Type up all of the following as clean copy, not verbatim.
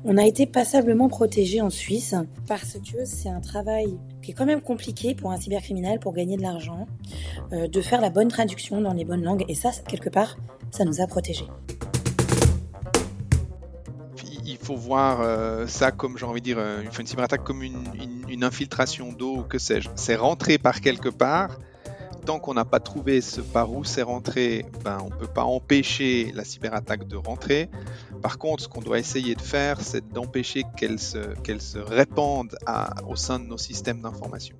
On a été passablement protégés en Suisse parce que c'est un travail qui est quand même compliqué pour un cybercriminel pour gagner de l'argent, de faire la bonne traduction dans les bonnes langues. Et ça, quelque part, ça nous a protégés. Il faut voir ça comme, j'ai envie de dire, une cyberattaque comme une infiltration d'eau ou que sais-je. C'est rentré par quelque part. Tant qu'on n'a pas trouvé par où c'est rentré, on ne peut pas empêcher la cyberattaque de rentrer. Par contre, ce qu'on doit essayer de faire, c'est d'empêcher qu'elle se répande au sein de nos systèmes d'information.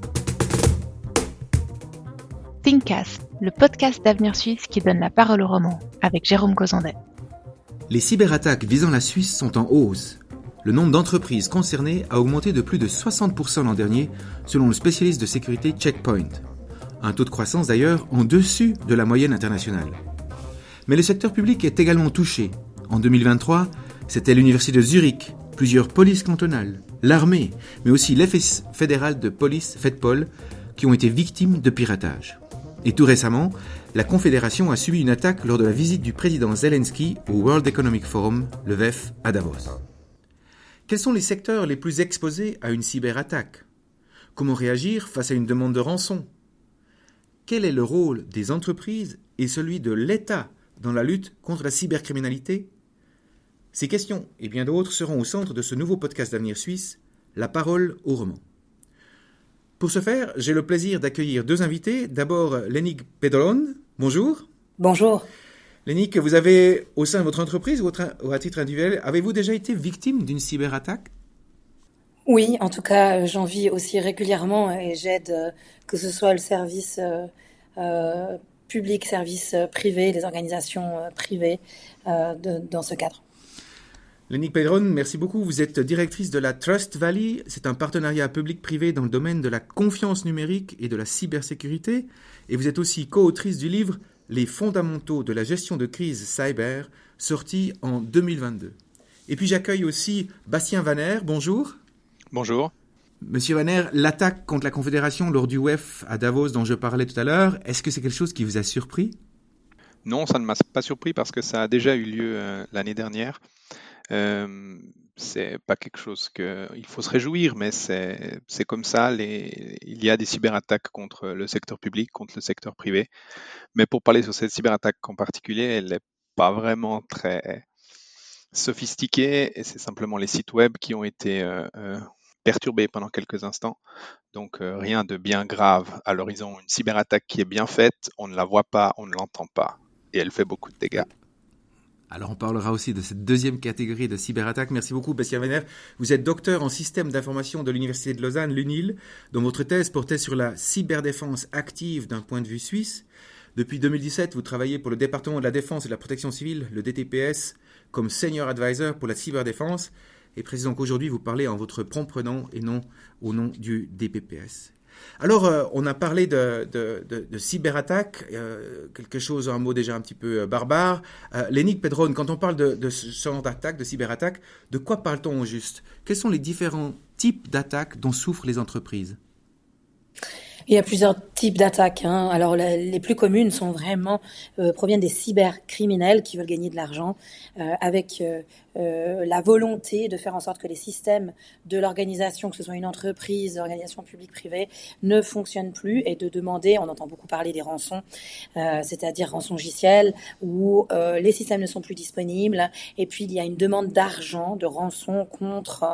Thinkcast, le podcast d'Avenir Suisse qui donne la parole au roman, avec Jérôme Cozandet. Les cyberattaques visant la Suisse sont en hausse. Le nombre d'entreprises concernées a augmenté de plus de 60% l'an dernier, selon le spécialiste de sécurité Checkpoint. Un taux de croissance d'ailleurs en dessus de la moyenne internationale. Mais le secteur public est également touché. En 2023, c'était l'université de Zurich, plusieurs polices cantonales, l'armée, mais aussi l'Office fédéral de police, FEDPOL, qui ont été victimes de piratage. Et tout récemment, la Confédération a subi une attaque lors de la visite du président Zelensky au World Economic Forum, le WEF, à Davos. Quels sont les secteurs les plus exposés à une cyberattaque ? Comment réagir face à une demande de rançon ? Quel est le rôle des entreprises et celui de l'État dans la lutte contre la cybercriminalité ? Ces questions et bien d'autres seront au centre de ce nouveau podcast d'Avenir Suisse, La parole au roman. Pour ce faire, j'ai le plaisir d'accueillir deux invités. D'abord, Lénique Pedron. Bonjour. Bonjour. Lénique, vous avez, au sein de votre entreprise ou à titre individuel, avez-vous déjà été victime d'une cyberattaque ? Oui, en tout cas, j'en vis aussi régulièrement et j'aide, que ce soit le service public, service privé, les organisations privées dans ce cadre. Lénique Pedron, merci beaucoup. Vous êtes directrice de la Trust Valley. C'est un partenariat public-privé dans le domaine de la confiance numérique et de la cybersécurité. Et vous êtes aussi co-autrice du livre « Les fondamentaux de la gestion de crise cyber » sorti en 2022. Et puis j'accueille aussi Bastien Vanner. Bonjour. Bonjour. Monsieur Vanner, l'attaque contre la Confédération lors du WEF à Davos dont je parlais tout à l'heure, est-ce que c'est quelque chose qui vous a surpris ? Non, ça ne m'a pas surpris parce que ça a déjà eu lieu l'année dernière. C'est pas quelque chose qu'il faut se réjouir, mais c'est comme ça. Il y a des cyberattaques contre le secteur public, contre le secteur privé. Mais pour parler sur cette cyberattaque en particulier, elle n'est pas vraiment très sophistiquée et c'est simplement les sites web qui ont été perturbés pendant quelques instants. Donc rien de bien grave à l'horizon. Une cyberattaque qui est bien faite, on ne la voit pas, on ne l'entend pas et elle fait beaucoup de dégâts. Alors on parlera aussi de cette deuxième catégorie de cyberattaque. Merci beaucoup Bastien Vanner. Vous êtes docteur en système d'information de l'Université de Lausanne, l'UNIL, dont votre thèse portait sur la cyberdéfense active d'un point de vue suisse. Depuis 2017, vous travaillez pour le département de la défense et de la protection civile, le DTPS, comme senior advisor pour la cyberdéfense. Et précisons qu'aujourd'hui, vous parlez en votre propre nom et non au nom du DPPS. Alors, on a parlé de cyberattaque, quelque chose, un mot déjà un petit peu barbare. Lénique Pedron, quand on parle de ce genre d'attaque, de cyberattaque, de quoi parle-t-on au juste ? Quels sont les différents types d'attaques dont souffrent les entreprises ? Il y a plusieurs types d'attaques. Alors les plus communes sont vraiment proviennent des cybercriminels qui veulent gagner de l'argent avec la volonté de faire en sorte que les systèmes de l'organisation, que ce soit une entreprise, organisation publique-privée, ne fonctionnent plus et de demander, on entend beaucoup parler des rançons, c'est-à-dire rançongiciel, où les systèmes ne sont plus disponibles et puis il y a une demande d'argent, de rançon contre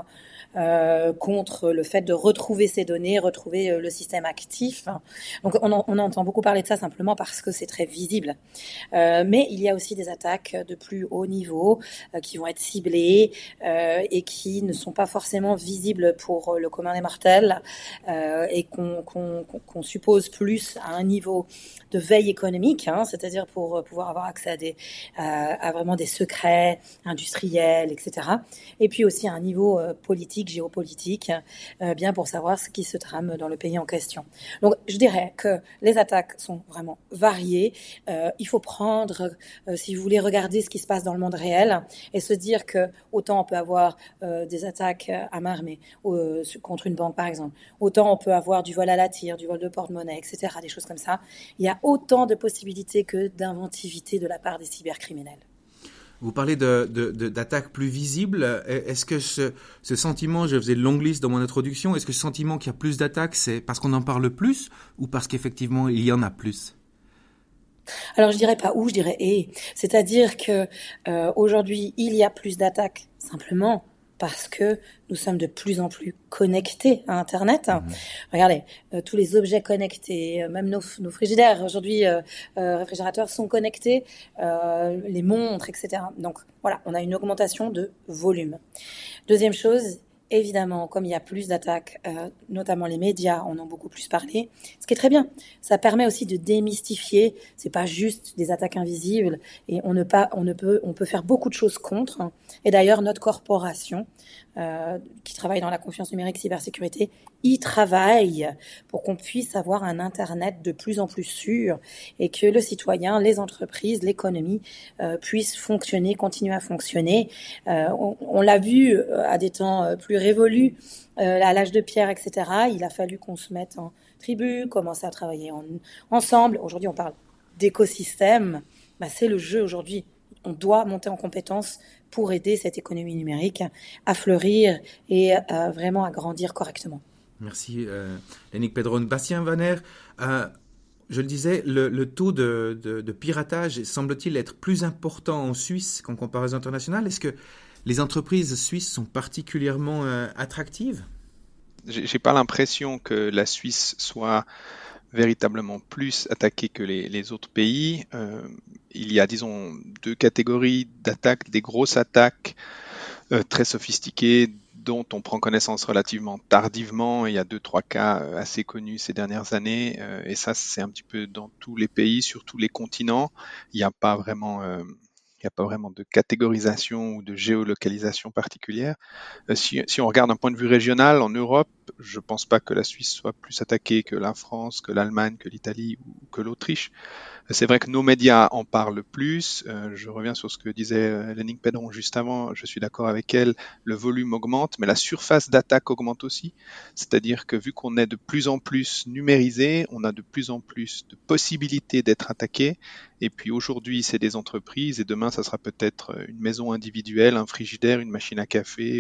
le fait de retrouver ces données, retrouver le système actif. Donc on entend beaucoup parler de ça simplement parce que c'est très visible. Mais il y a aussi des attaques de plus haut niveau qui vont être ciblées et qui ne sont pas forcément visibles pour le commun des mortels et qu'on suppose plus à un niveau de veille économique, c'est-à-dire pour pouvoir avoir accès à vraiment des secrets industriels, etc. Et puis aussi à un niveau politique, géopolitique, bien pour savoir ce qui se trame dans le pays en question. Donc je dirais que les attaques sont vraiment variées. Il faut prendre, si vous voulez regarder ce qui se passe dans le monde réel et se dire que autant on peut avoir des attaques à main armée contre une banque par exemple, autant on peut avoir du vol à la tire, du vol de porte-monnaie, etc., des choses comme ça. Il y a autant de possibilités que d'inventivité de la part des cybercriminels. Vous parlez d'attaques plus visibles. Est-ce que ce sentiment, je faisais une longue liste dans mon introduction, est-ce que ce sentiment qu'il y a plus d'attaques, c'est parce qu'on en parle plus ou parce qu'effectivement il y en a plus? Alors je dirais pas ou, je dirais et. C'est-à-dire que aujourd'hui, il y a plus d'attaques simplement parce que nous sommes de plus en plus connectés à Internet. Regardez, tous les objets connectés, même nos frigidaires aujourd'hui, réfrigérateurs sont connectés, les montres, etc. Donc voilà, on a une augmentation de volume. Deuxième chose, évidemment, comme il y a plus d'attaques, notamment les médias en ont beaucoup plus parlé, ce qui est très bien. Ça permet aussi de démystifier. C'est pas juste des attaques invisibles et on peut faire beaucoup de choses contre. Et d'ailleurs, notre corporation, qui travaille dans la confiance numérique cybersécurité, y travaille pour qu'on puisse avoir un Internet de plus en plus sûr et que le citoyen, les entreprises, l'économie puissent fonctionner, continuer à fonctionner. On l'a vu à des temps plus révolus, à l'âge de pierre, etc. Il a fallu qu'on se mette en tribu, commencer à travailler ensemble. Aujourd'hui, on parle d'écosystème. C'est le jeu aujourd'hui. On doit monter en compétences pour aider cette économie numérique à fleurir et vraiment à grandir correctement. Merci, Lénique Pedron. Bastien Vanner, je le disais, le taux de piratage semble-t-il être plus important en Suisse qu'en comparaison internationale. Est-ce que les entreprises suisses sont particulièrement attractives? J'ai pas l'impression que la Suisse soit véritablement plus attaquée que les autres pays. Il y a, disons, deux catégories d'attaques, des grosses attaques très sophistiquées dont on prend connaissance relativement tardivement. Il y a 2-3 cas assez connus ces dernières années, et ça, c'est un petit peu dans tous les pays, sur tous les continents. Il n'y a pas vraiment de catégorisation ou de géolocalisation particulière. Si on regarde d'un point de vue régional, en Europe, je ne pense pas que la Suisse soit plus attaquée que la France, que l'Allemagne, que l'Italie ou que l'Autriche. C'est vrai que nos médias en parlent plus. Je reviens sur ce que disait Lénique Pedron juste avant. Je suis d'accord avec elle. Le volume augmente, mais la surface d'attaque augmente aussi. C'est-à-dire que vu qu'on est de plus en plus numérisé, on a de plus en plus de possibilités d'être attaqué. Et puis aujourd'hui, c'est des entreprises et demain, ça sera peut-être une maison individuelle, un frigidaire, une machine à café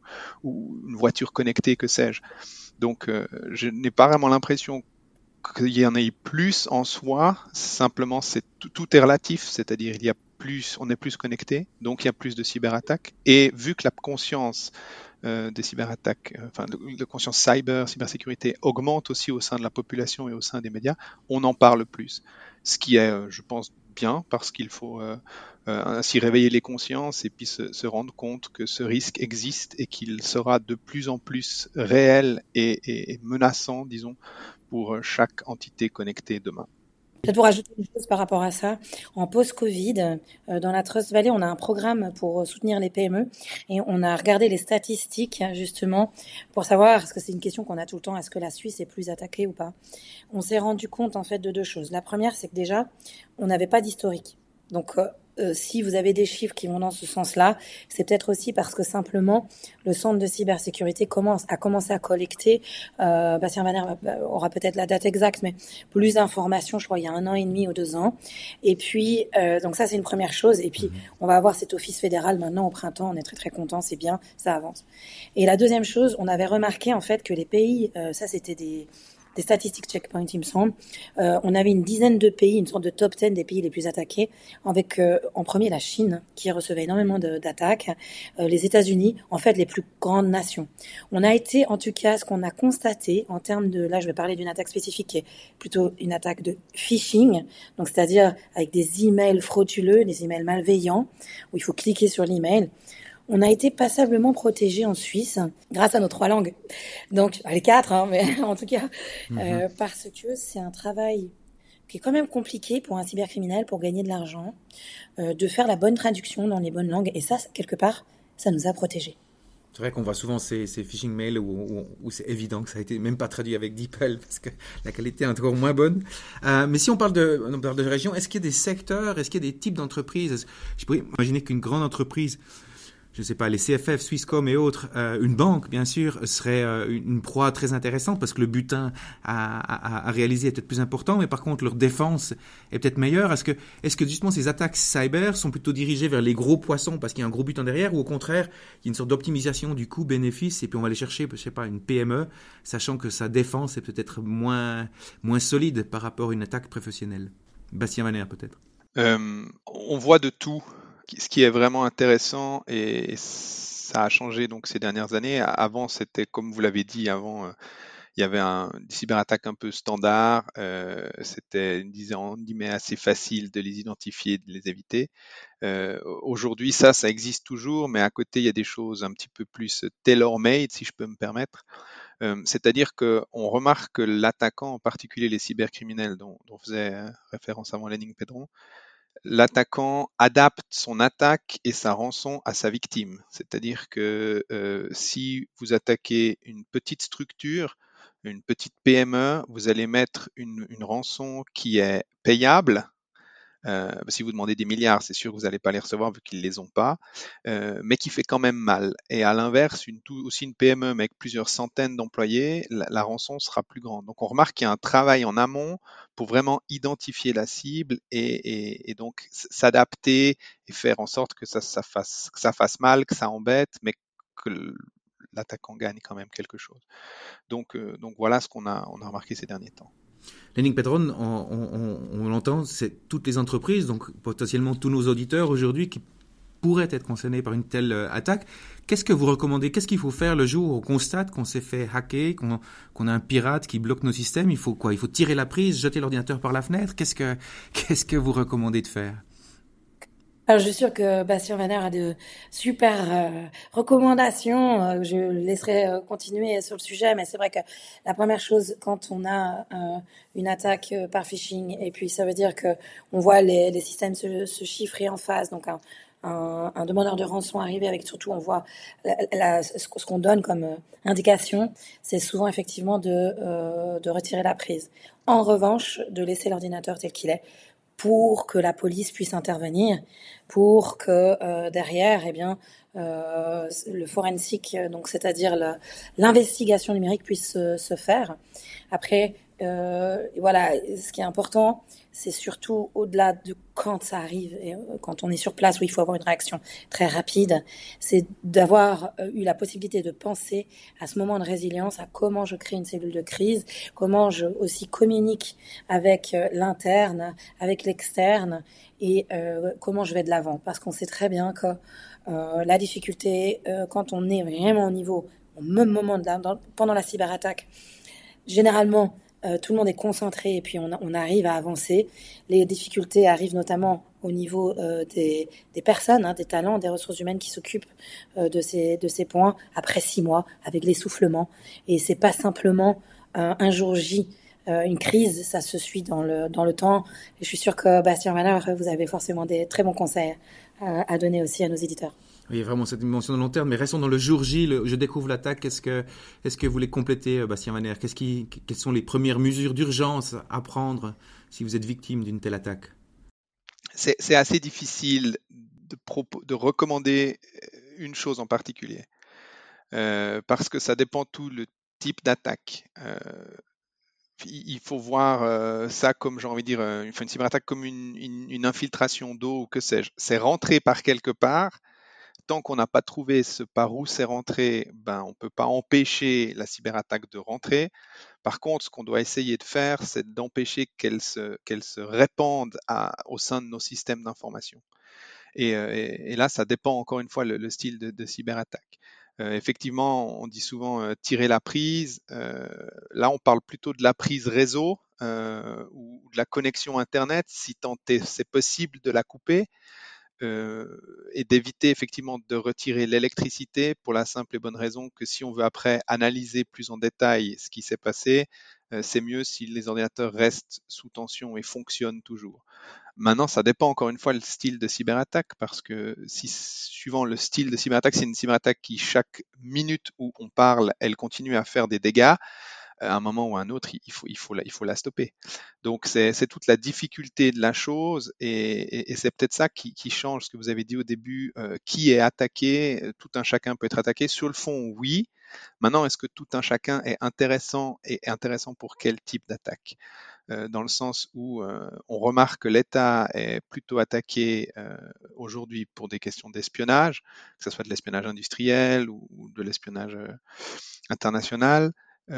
ou une voiture connectée, que sais-je. Donc, je n'ai pas vraiment l'impression qu'il y en ait plus en soi. Simplement, tout est relatif, c'est-à-dire on est plus connecté, donc il y a plus de cyberattaques. Et vu que la conscience des cyberattaques, la conscience cybersécurité augmente aussi au sein de la population et au sein des médias, on en parle plus. Ce qui est, je pense, bien, parce qu'il faut ainsi réveiller les consciences et puis se rendre compte que ce risque existe et qu'il sera de plus en plus réel et menaçant, disons, pour chaque entité connectée demain. Peut-être pour ajouter une chose par rapport à ça, en post-Covid, dans la Trust Valley, on a un programme pour soutenir les PME et on a regardé les statistiques justement pour savoir, parce que c'est une question qu'on a tout le temps, est-ce que la Suisse est plus attaquée ou pas? On s'est rendu compte en fait de deux choses. La première, c'est que déjà, on n'avait pas d'historique. Donc, si vous avez des chiffres qui vont dans ce sens-là, c'est peut-être aussi parce que simplement le centre de cybersécurité a commencé à collecter. Bastien Vanner aura peut-être la date exacte, mais plus d'informations, je crois, il y a 1 an et demi ou 2 ans. Et puis, donc ça, c'est une première chose. Et puis, on va avoir cet office fédéral maintenant au printemps. On est très, très contents. C'est bien, ça avance. Et la deuxième chose, on avait remarqué en fait que les pays, ça c'était des statistiques Checkpoint, il me semble. On avait une dizaine de pays, une sorte de top 10 des pays les plus attaqués, avec en premier la Chine, qui recevait énormément d'attaques, les États-Unis, en fait les plus grandes nations. On a été, en tout cas, ce qu'on a constaté en termes de, là je vais parler d'une attaque spécifique qui est plutôt une attaque de phishing, donc c'est-à-dire avec des emails frauduleux, des emails malveillants, où il faut cliquer sur l'email. On a été passablement protégés en Suisse grâce à nos 3 langues. Donc, les 4, mais en tout cas, parce que c'est un travail qui est quand même compliqué pour un cybercriminel pour gagner de l'argent, de faire la bonne traduction dans les bonnes langues. Et ça, quelque part, ça nous a protégés. C'est vrai qu'on voit souvent ces phishing mails où c'est évident que ça a été même pas traduit avec DeepL parce que la qualité est encore moins bonne. Mais si on parle de région, est-ce qu'il y a des secteurs, est-ce qu'il y a des types d'entreprises? Je pourrais imaginer qu'une grande entreprise je ne sais pas, les CFF, Swisscom et autres, une banque, bien sûr, serait une proie très intéressante parce que le butin à réaliser est peut-être plus important, mais par contre, leur défense est peut-être meilleure. Est-ce que justement ces attaques cyber sont plutôt dirigées vers les gros poissons parce qu'il y a un gros butin derrière, ou au contraire, il y a une sorte d'optimisation du coût-bénéfice et puis on va aller chercher, je sais pas, une PME, sachant que sa défense est peut-être moins solide par rapport à une attaque professionnelle? Bastien Vaner, peut-être. On voit de tout. Ce qui est vraiment intéressant, et ça a changé donc ces dernières années. Avant, c'était comme vous l'avez dit, avant, il y avait des cyberattaques un peu standards. C'était, disons, assez facile de les identifier, de les éviter. Aujourd'hui, ça existe toujours, mais à côté, il y a des choses un petit peu plus tailor-made, si je peux me permettre. C'est-à-dire qu'on remarque que l'attaquant, en particulier les cybercriminels dont faisait référence avant Lenning Pedron, l'attaquant adapte son attaque et sa rançon à sa victime. C'est-à-dire que si vous attaquez une petite structure, une petite PME, vous allez mettre une rançon qui est payable. Si vous demandez des milliards, c'est sûr que vous n'allez pas les recevoir vu qu'ils ne les ont pas, mais qui fait quand même mal. Et à l'inverse, aussi une PME mais avec plusieurs centaines d'employés, la rançon sera plus grande. Donc on remarque qu'il y a un travail en amont pour vraiment identifier la cible et donc s'adapter et faire en sorte que ça fasse mal, que ça embête, mais que l'attaquant gagne quand même quelque chose. Donc voilà ce qu'on a remarqué ces derniers temps. Lenning Pedron, on l'entend, c'est toutes les entreprises, donc potentiellement tous nos auditeurs aujourd'hui qui pourraient être concernés par une telle attaque. Qu'est-ce que vous recommandez? Qu'est-ce qu'il faut faire le jour où on constate qu'on s'est fait hacker, qu'on a un pirate qui bloque nos systèmes? Il faut quoi? Il faut tirer la prise, jeter l'ordinateur par la fenêtre? Qu'est-ce que vous recommandez de faire? Alors, je suis sûre que Bastien Vaner a de super recommandations. Je le laisserai continuer sur le sujet, mais c'est vrai que la première chose, quand on a une attaque par phishing, et puis ça veut dire que on voit les systèmes se chiffrer en face, donc un demandeur de rançon arriver avec, surtout on voit ce qu'on donne comme indication, c'est souvent effectivement de retirer la prise. En revanche, de laisser l'ordinateur tel qu'il est, pour que la police puisse intervenir, pour que derrière, eh bien, le forensique, donc c'est-à-dire l'investigation numérique puisse se faire. Après, voilà, ce qui est important, c'est surtout au-delà de quand ça arrive, et quand on est sur place où il faut avoir une réaction très rapide, c'est d'avoir eu la possibilité de penser à ce moment de résilience, à comment je crée une cellule de crise, comment je aussi communique avec l'interne, avec l'externe, et comment je vais de l'avant. Parce qu'on sait très bien que la difficulté, quand on est vraiment au même moment pendant la cyberattaque, généralement, tout le monde est concentré et puis on arrive à avancer. Les difficultés arrivent notamment au niveau des personnes, des talents, des ressources humaines qui s'occupent de ces points après 6 mois avec l'essoufflement. Et c'est pas simplement un jour J, une crise, ça se suit dans le temps. Et je suis sûre que Bastien Vaner, vous avez forcément des très bons conseils à donner aussi à nos éditeurs. Il y a vraiment cette dimension de long terme, mais restons dans le jour J, je découvre l'attaque. Est-ce que vous voulez compléter, Bastien Vaner? Quelles sont les premières mesures d'urgence à prendre si vous êtes victime d'une telle attaque? C'est assez difficile de recommander une chose en particulier, parce que ça dépend tout le type d'attaque. Il faut voir ça comme, j'ai envie de dire, une cyberattaque comme une infiltration d'eau ou que sais-je. C'est rentré par quelque part. Tant qu'on n'a pas trouvé par où c'est rentré, on ne peut pas empêcher la cyberattaque de rentrer. Par contre, ce qu'on doit essayer de faire, c'est d'empêcher qu'elle se répande au sein de nos systèmes d'information. Et là, ça dépend encore une fois le style de cyberattaque. Effectivement, on dit souvent tirer la prise. Là, on parle plutôt de la prise réseau ou de la connexion Internet, si tant est c'est possible de la couper. Et d'éviter effectivement de retirer l'électricité pour la simple et bonne raison que si on veut après analyser plus en détail ce qui s'est passé, c'est mieux si les ordinateurs restent sous tension et fonctionnent toujours. Maintenant, ça dépend encore une fois le style de cyberattaque, parce que si suivant le style de cyberattaque, c'est une cyberattaque qui chaque minute où on parle, elle continue à faire des dégâts, à un moment ou à un autre, il faut la stopper. Donc c'est toute la difficulté de la chose et c'est peut-être ça qui change ce que vous avez dit au début, qui est attaqué, tout un chacun peut être attaqué. Sur le fond, oui. Maintenant, est-ce que tout un chacun est intéressant et intéressant pour quel type d'attaque? Dans le sens où on remarque que l'État est plutôt attaqué aujourd'hui pour des questions d'espionnage, que ce soit de l'espionnage industriel ou de l'espionnage international.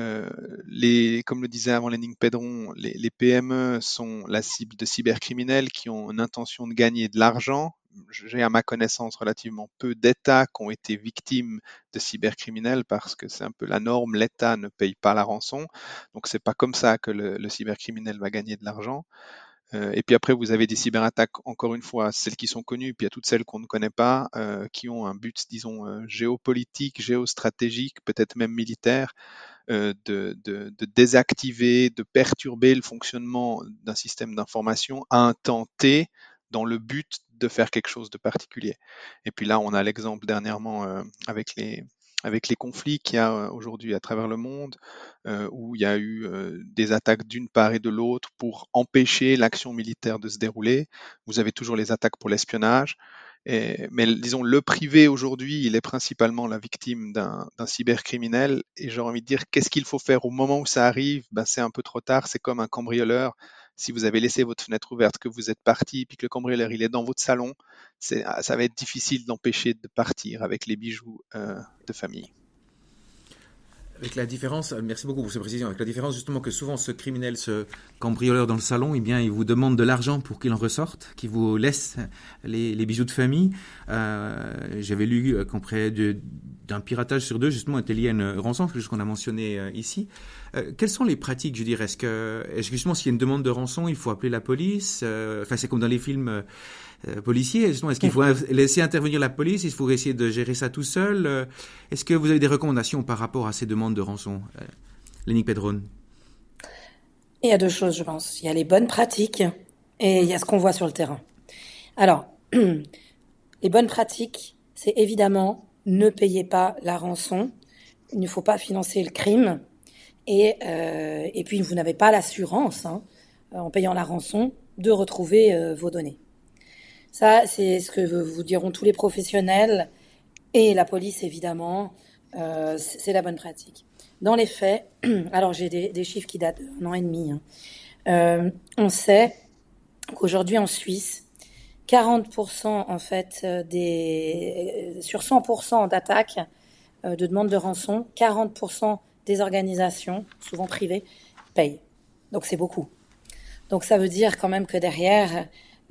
Comme le disait avant Lénine Pedron, les PME sont la cible de cybercriminels qui ont une intention de gagner de l'argent. J'ai à ma connaissance relativement peu d'États qui ont été victimes de cybercriminels parce que c'est un peu la norme, l'État ne paye pas la rançon, donc c'est pas comme ça que le cybercriminel va gagner de l'argent. Et puis après, vous avez des cyberattaques, encore une fois, celles qui sont connues, puis il y a toutes celles qu'on ne connaît pas, qui ont un but, disons, géopolitique, géostratégique, peut-être même militaire, de désactiver, de perturber le fonctionnement d'un système d'information à un temps T dans le but de faire quelque chose de particulier. Et puis là, on a l'exemple dernièrement avec les conflits qu'il y a aujourd'hui à travers le monde, où il y a eu des attaques d'une part et de l'autre pour empêcher l'action militaire de se dérouler. Vous avez toujours les attaques pour l'espionnage. Mais disons, le privé aujourd'hui, il est principalement la victime d'un cybercriminel. Et j'ai envie de dire, qu'est-ce qu'il faut faire au moment où ça arrive? Ben, c'est un peu trop tard. C'est comme un cambrioleur. Si vous avez laissé votre fenêtre ouverte, que vous êtes parti, puis que le cambrioleur il est dans votre salon, ça va être difficile d'empêcher de partir avec les bijoux de famille. Avec la différence, merci beaucoup pour ces précisions, avec la différence justement que souvent ce criminel, ce cambrioleur dans le salon, eh bien, il vous demande de l'argent pour qu'il en ressorte, qu'il vous laisse les bijoux de famille. J'avais lu qu'auprès d'un piratage sur deux, justement, était lié à une rançon, ce qu'on a mentionné ici. Quelles sont les pratiques, je dirais? Est-ce que justement, s'il y a une demande de rançon, il faut appeler la police? Enfin, c'est comme dans les films policiers, justement. Est-ce qu'il faut laisser intervenir la police? Il faut essayer de gérer ça tout seul? Est-ce que vous avez des recommandations par rapport à ces demandes de rançon? Lénine Pedron. Il y a deux choses, je pense. Il y a les bonnes pratiques et il y a ce qu'on voit sur le terrain. Alors, les bonnes pratiques, c'est évidemment ne payez pas la rançon. Il ne faut pas financer le crime. Et puis, vous n'avez pas l'assurance, en payant la rançon, de retrouver vos données. Ça, c'est ce que vous diront tous les professionnels et la police, évidemment. C'est la bonne pratique. Dans les faits, alors j'ai des chiffres qui datent d'un an et demi. On sait qu'aujourd'hui en Suisse, 40% en fait sur 100% d'attaques de demandes de rançon, 40% des organisations, souvent privées, payent. Donc c'est beaucoup. Donc ça veut dire quand même que derrière,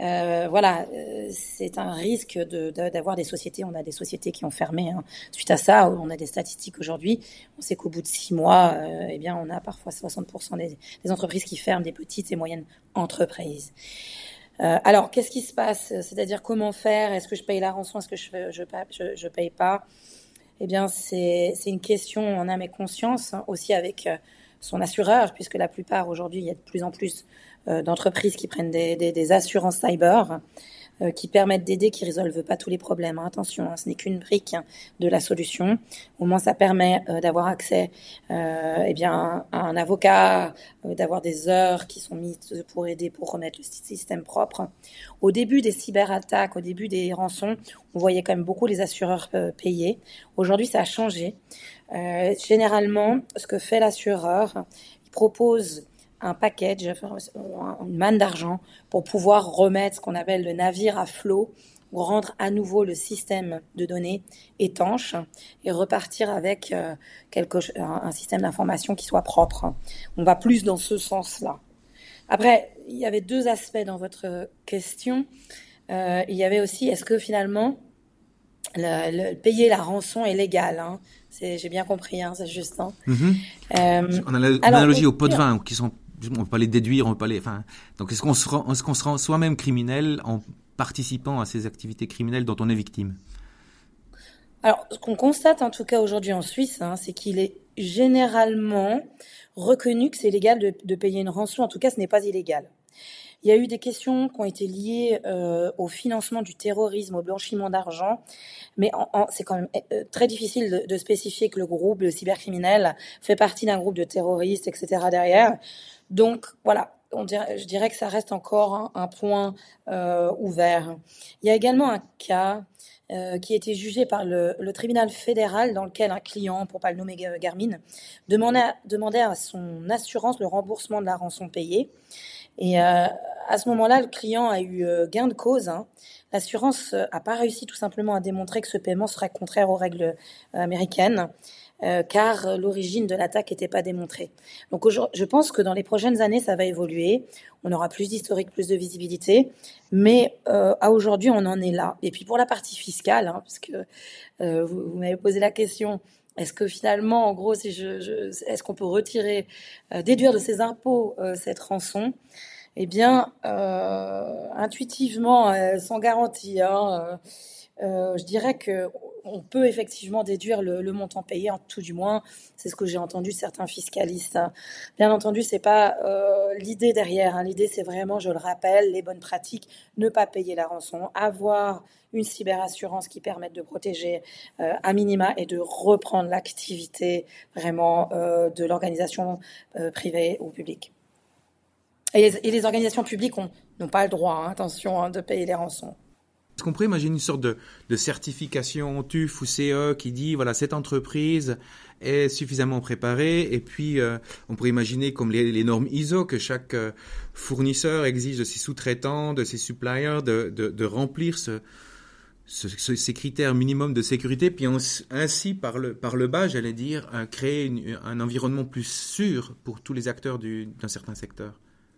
c'est un risque d'avoir des sociétés. On a des sociétés qui ont fermé suite à ça. On a des statistiques aujourd'hui. On sait qu'au bout de 6 mois, on a parfois 60% des entreprises qui ferment, des petites et moyennes entreprises. Alors, qu'est-ce qui se passe? C'est-à-dire comment faire? Est-ce que je paye la rançon? Est-ce que je paye pas? Eh bien, c'est une question en âme et conscience, aussi avec son assureur, puisque la plupart aujourd'hui, il y a de plus en plus d'entreprises qui prennent des assurances cyber qui permettent d'aider, qui résolvent pas tous les problèmes. Attention, ce n'est qu'une brique de la solution. Au moins, ça permet d'avoir accès à un avocat, d'avoir des heures qui sont mises pour aider, pour remettre le système propre. Au début des cyberattaques, au début des rançons, on voyait quand même beaucoup les assureurs payer. Aujourd'hui, ça a changé. Généralement, ce que fait l'assureur, il propose un package, une manne d'argent pour pouvoir remettre ce qu'on appelle le navire à flot, ou rendre à nouveau le système de données étanche et repartir avec un système d'information qui soit propre. On va plus dans ce sens-là. Après, il y avait deux aspects dans votre question. Il y avait aussi, est-ce que finalement, payer la rançon est légal, j'ai bien compris, c'est juste. On a l'analogie aux pots de vin qui sont, on peut pas les déduire, donc est-ce qu'on se rend soi-même criminel en participant à ces activités criminelles dont on est victime? Alors, ce qu'on constate en tout cas aujourd'hui en Suisse, c'est qu'il est généralement reconnu que c'est légal de payer une rançon. En tout cas, ce n'est pas illégal. Il y a eu des questions qui ont été liées au financement du terrorisme, au blanchiment d'argent, mais c'est quand même très difficile de spécifier que le groupe, le cybercriminel, fait partie d'un groupe de terroristes, etc. derrière. Donc voilà, je dirais que ça reste encore un point ouvert. Il y a également un cas qui a été jugé par le tribunal fédéral dans lequel un client, pour pas le nommer Garmin, demandait à son assurance le remboursement de la rançon payée. Et à ce moment-là, le client a eu gain de cause. L'assurance n'a pas réussi tout simplement à démontrer que ce paiement serait contraire aux règles américaines, car l'origine de l'attaque n'était pas démontrée. Donc je pense que dans les prochaines années, ça va évoluer. On aura plus d'historique, plus de visibilité. Mais à aujourd'hui, on en est là. Et puis pour la partie fiscale, parce que vous m'avez posé la question, est-ce que finalement, en gros, est-ce qu'on peut retirer, déduire de ses impôts cette rançon ? Eh bien, intuitivement, sans garantie, je dirais que on peut effectivement déduire le montant payé, en tout du moins, c'est ce que j'ai entendu de certains fiscalistes. Bien entendu, c'est pas l'idée derrière. L'idée, c'est vraiment, je le rappelle, les bonnes pratiques, ne pas payer la rançon, avoir une cyberassurance qui permette de protéger à minima et de reprendre l'activité vraiment de l'organisation privée ou publique. Et les organisations publiques n'ont pas le droit, attention, de payer les rançons. Est-ce qu'on pourrait imaginer une sorte de certification TÜV ou CE qui dit, voilà, cette entreprise est suffisamment préparée, et puis on pourrait imaginer comme les normes ISO que chaque fournisseur exige de ses sous-traitants, de ses suppliers, de remplir ces critères minimums de sécurité, puis ainsi par le bas, j'allais dire, créer un environnement plus sûr pour tous les acteurs d'un certain secteur.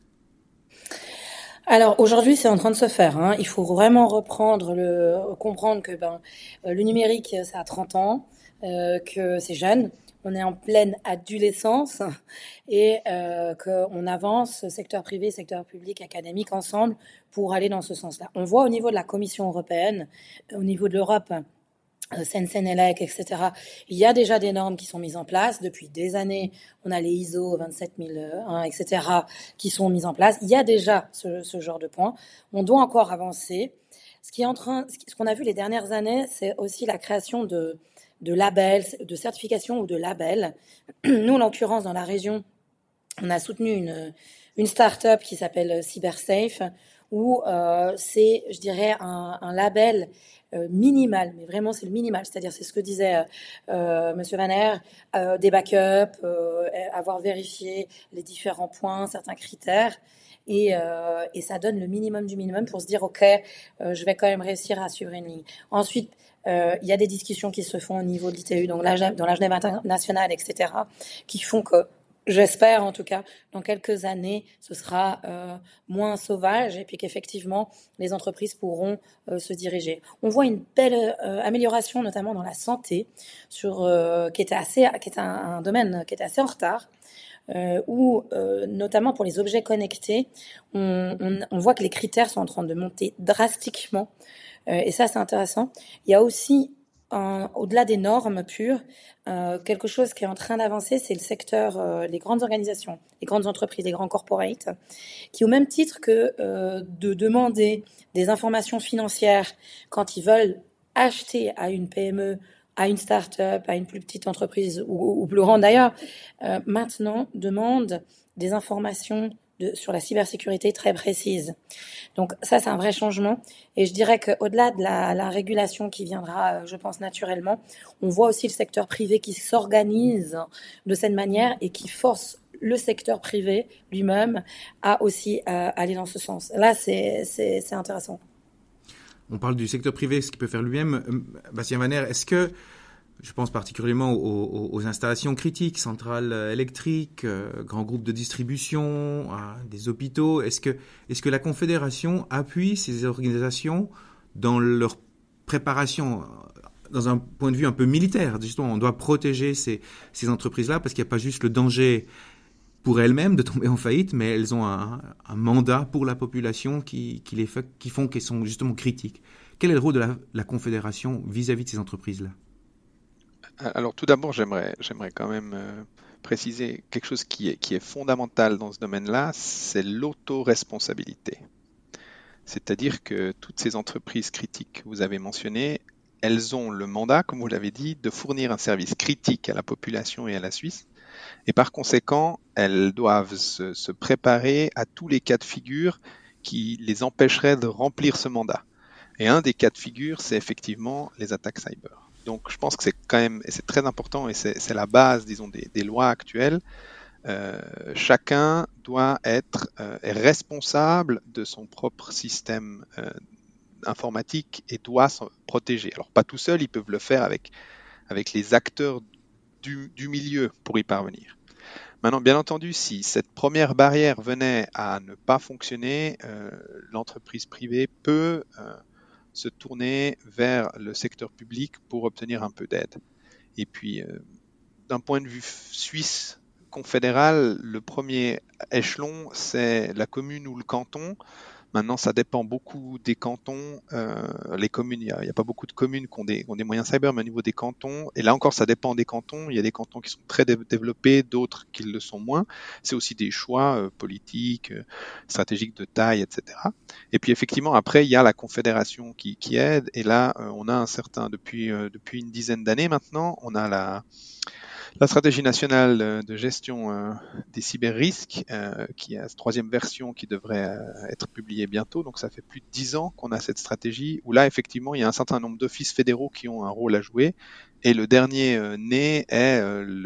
Alors aujourd'hui, c'est en train de se faire. Il faut vraiment comprendre que le numérique, ça a 30 ans, que c'est jeune, on est en pleine adolescence et qu'on avance, secteur privé, secteur public, académique, ensemble pour aller dans ce sens-là. On voit au niveau de la Commission européenne, au niveau de l'Europe, Sensenelec, etc. Il y a déjà des normes qui sont mises en place. Depuis des années, on a les ISO 27001, etc. qui sont mises en place. Il y a déjà ce genre de points. On doit encore avancer. Ce qu'on a vu les dernières années, c'est aussi la création de labels, de certifications ou de labels. Nous, en l'occurrence, dans la région, on a soutenu une start-up qui s'appelle CyberSafe, où c'est, je dirais, un label minimal, mais vraiment c'est le minimal, c'est-à-dire c'est ce que disait Monsieur Van Air, des backups, avoir vérifié les différents points, certains critères, et ça donne le minimum du minimum pour se dire ok, je vais quand même réussir à suivre une ligne. Ensuite, il y a des discussions qui se font au niveau de l'ITU, donc dans la Genève internationale, etc., qui font que j'espère en tout cas, dans quelques années, ce sera moins sauvage et puis qu'effectivement, les entreprises pourront se diriger. On voit une belle amélioration, notamment dans la santé, qui est un domaine qui était assez en retard, où notamment pour les objets connectés, on voit que les critères sont en train de monter drastiquement. Et ça, c'est intéressant. Il y a aussi au-delà des normes pures, quelque chose qui est en train d'avancer, c'est le secteur, les grandes organisations, les grandes entreprises, les grands corporates, qui au même titre que de demander des informations financières quand ils veulent acheter à une PME, à une start-up, à une plus petite entreprise ou plus grande d'ailleurs, maintenant demandent des informations sur la cybersécurité très précise. Donc ça, c'est un vrai changement. Et je dirais qu'au-delà de la régulation qui viendra, je pense, naturellement, on voit aussi le secteur privé qui s'organise de cette manière et qui force le secteur privé lui-même à aussi aller dans ce sens. Là, c'est intéressant. On parle du secteur privé, ce qu'il peut faire lui-même. Bastien Van Air, est-ce que, je pense particulièrement aux installations critiques, centrales électriques, grands groupes de distribution, des hôpitaux. Est-ce que la Confédération appuie ces organisations dans leur préparation, dans un point de vue un peu militaire? Justement, on doit protéger ces entreprises-là parce qu'il n'y a pas juste le danger pour elles-mêmes de tomber en faillite, mais elles ont un mandat pour la population qui font qu'elles sont justement critiques. Quel est le rôle de la Confédération vis-à-vis de ces entreprises-là? Alors tout d'abord, j'aimerais quand même préciser quelque chose qui est fondamental dans ce domaine-là, c'est l'autoresponsabilité. C'est-à-dire que toutes ces entreprises critiques que vous avez mentionnées, elles ont le mandat, comme vous l'avez dit, de fournir un service critique à la population et à la Suisse. Et par conséquent, elles doivent se préparer à tous les cas de figure qui les empêcheraient de remplir ce mandat. Et un des cas de figure, c'est effectivement les attaques cyber. Donc je pense que c'est quand même, et c'est très important, et c'est la base, disons, des lois actuelles. Chacun doit être responsable de son propre système informatique et doit s'en protéger. Alors pas tout seul, ils peuvent le faire avec les acteurs du milieu pour y parvenir. Maintenant, bien entendu, si cette première barrière venait à ne pas fonctionner, l'entreprise privée peut se tourner vers le secteur public pour obtenir un peu d'aide. Et puis, d'un point de vue suisse confédéral, le premier échelon, c'est la commune ou le canton. Maintenant, ça dépend beaucoup des cantons. Les communes, il n'y a pas beaucoup de communes qui ont des moyens cyber, mais au niveau des cantons, et là encore, ça dépend des cantons. Il y a des cantons qui sont très développés, d'autres qui le sont moins. C'est aussi des choix politiques, stratégiques de taille, etc. Et puis effectivement, après, il y a la confédération qui aide. Et là, on a depuis une dizaine d'années maintenant, on a la stratégie nationale de gestion des cyber-risques, qui a cette troisième version qui devrait être publiée bientôt. Donc ça fait plus de 10 ans qu'on a cette stratégie, où là, effectivement, il y a un certain nombre d'offices fédéraux qui ont un rôle à jouer. Et le dernier né est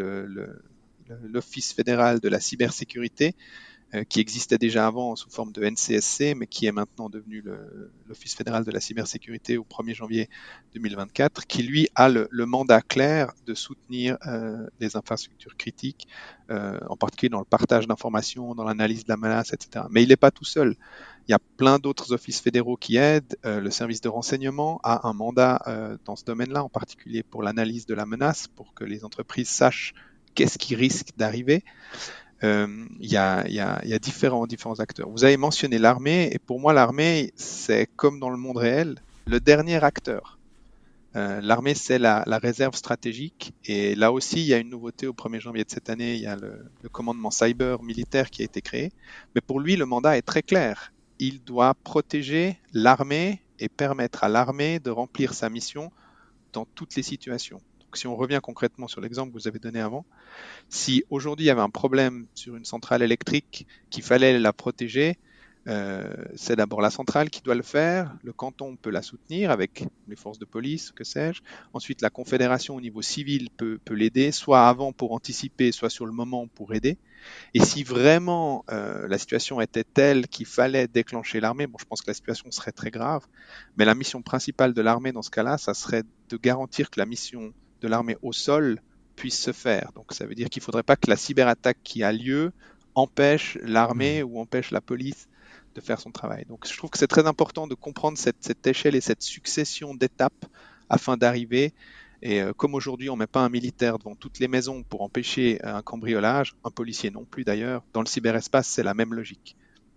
l'Office fédéral de la cybersécurité, qui existait déjà avant sous forme de NCSC, mais qui est maintenant devenu l'Office fédéral de la cybersécurité au 1er janvier 2024, qui lui a le mandat clair de soutenir les infrastructures critiques, en particulier dans le partage d'informations, dans l'analyse de la menace, etc. Mais il n'est pas tout seul. Il y a plein d'autres offices fédéraux qui aident. Le service de renseignement a un mandat dans ce domaine-là, en particulier pour l'analyse de la menace, pour que les entreprises sachent qu'est-ce qui risque d'arriver. Il y a différents acteurs. Vous avez mentionné l'armée, et pour moi, l'armée, c'est comme dans le monde réel, le dernier acteur. L'armée, c'est la réserve stratégique, et là aussi, il y a une nouveauté au 1er janvier de cette année, il y a le commandement cyber militaire qui a été créé, mais pour lui, le mandat est très clair. Il doit protéger l'armée et permettre à l'armée de remplir sa mission dans toutes les situations. Donc, si on revient concrètement sur l'exemple que vous avez donné avant, si aujourd'hui il y avait un problème sur une centrale électrique qu'il fallait la protéger, c'est d'abord la centrale qui doit le faire, le canton peut la soutenir avec les forces de police, que sais-je. Ensuite, la confédération au niveau civil peut l'aider, soit avant pour anticiper, soit sur le moment pour aider. Et si vraiment la situation était telle qu'il fallait déclencher l'armée, bon, je pense que la situation serait très grave, mais la mission principale de l'armée dans ce cas-là, ça serait de garantir que la mission de l'armée au sol puisse se faire. Donc ça veut dire qu'il ne faudrait pas que la cyberattaque qui a lieu empêche l'armée ou empêche la police de faire son travail. Donc je trouve que c'est très important de comprendre cette échelle et cette succession d'étapes afin d'arriver. Et comme aujourd'hui on ne met pas un militaire devant toutes les maisons pour empêcher un cambriolage, un policier non plus d'ailleurs, dans le cyberespace c'est la même logique.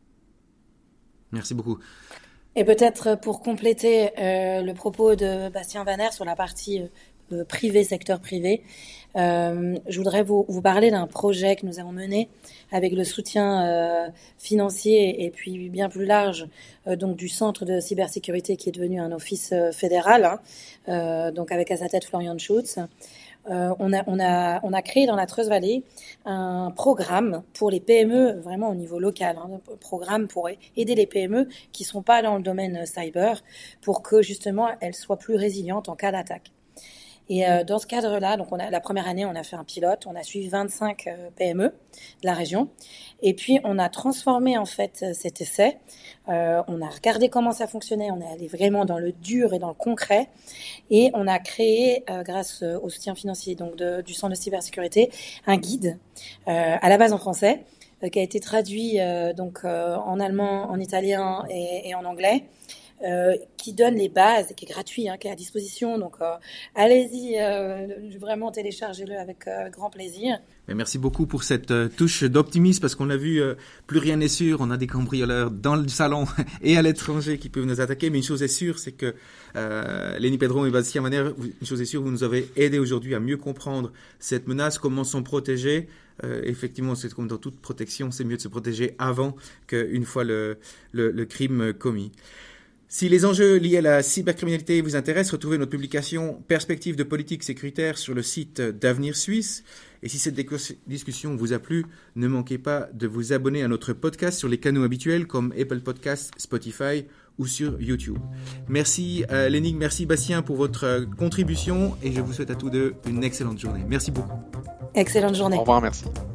Merci beaucoup. Et peut-être pour compléter le propos de Bastien Vanner sur la partie privé, secteur privé, je voudrais vous parler d'un projet que nous avons mené avec le soutien financier et puis bien plus large donc du centre de cybersécurité qui est devenu un office fédéral, donc avec à sa tête Florian Schutz. On a créé dans la Treuze Valley un programme pour les PME vraiment au niveau local, un programme pour aider les PME qui sont pas dans le domaine cyber pour que justement elles soient plus résilientes en cas d'attaque. Et dans ce cadre-là, donc la première année, on a fait un pilote, on a suivi 25 PME de la région, et puis on a transformé en fait cet essai. On a regardé comment ça fonctionnait, on est allé vraiment dans le dur et dans le concret, et on a créé, grâce au soutien financier donc du centre de cybersécurité, un guide à la base en français, qui a été traduit donc en allemand, en italien et en anglais. qui donne les bases, qui est gratuit, qui est à disposition. Donc, allez-y, vraiment téléchargez-le avec grand plaisir. Mais merci beaucoup pour cette touche d'optimisme, parce qu'on l'a vu, plus rien n'est sûr. On a des cambrioleurs dans le salon et à l'étranger qui peuvent nous attaquer. Mais une chose est sûre, c'est que Lénie Pedron et Bastien Manner, une chose est sûre, vous nous avez aidé aujourd'hui à mieux comprendre cette menace, comment s'en protéger. Effectivement, c'est comme dans toute protection, c'est mieux de se protéger avant qu'une fois le crime commis. Si les enjeux liés à la cybercriminalité vous intéressent, retrouvez notre publication Perspectives de politique sécuritaire sur le site d'Avenir Suisse. Et si cette discussion vous a plu, ne manquez pas de vous abonner à notre podcast sur les canaux habituels comme Apple Podcasts, Spotify ou sur YouTube. Merci Lénie, merci Bastien pour votre contribution et je vous souhaite à tous deux une excellente journée. Merci beaucoup. Excellente journée. Au revoir, merci.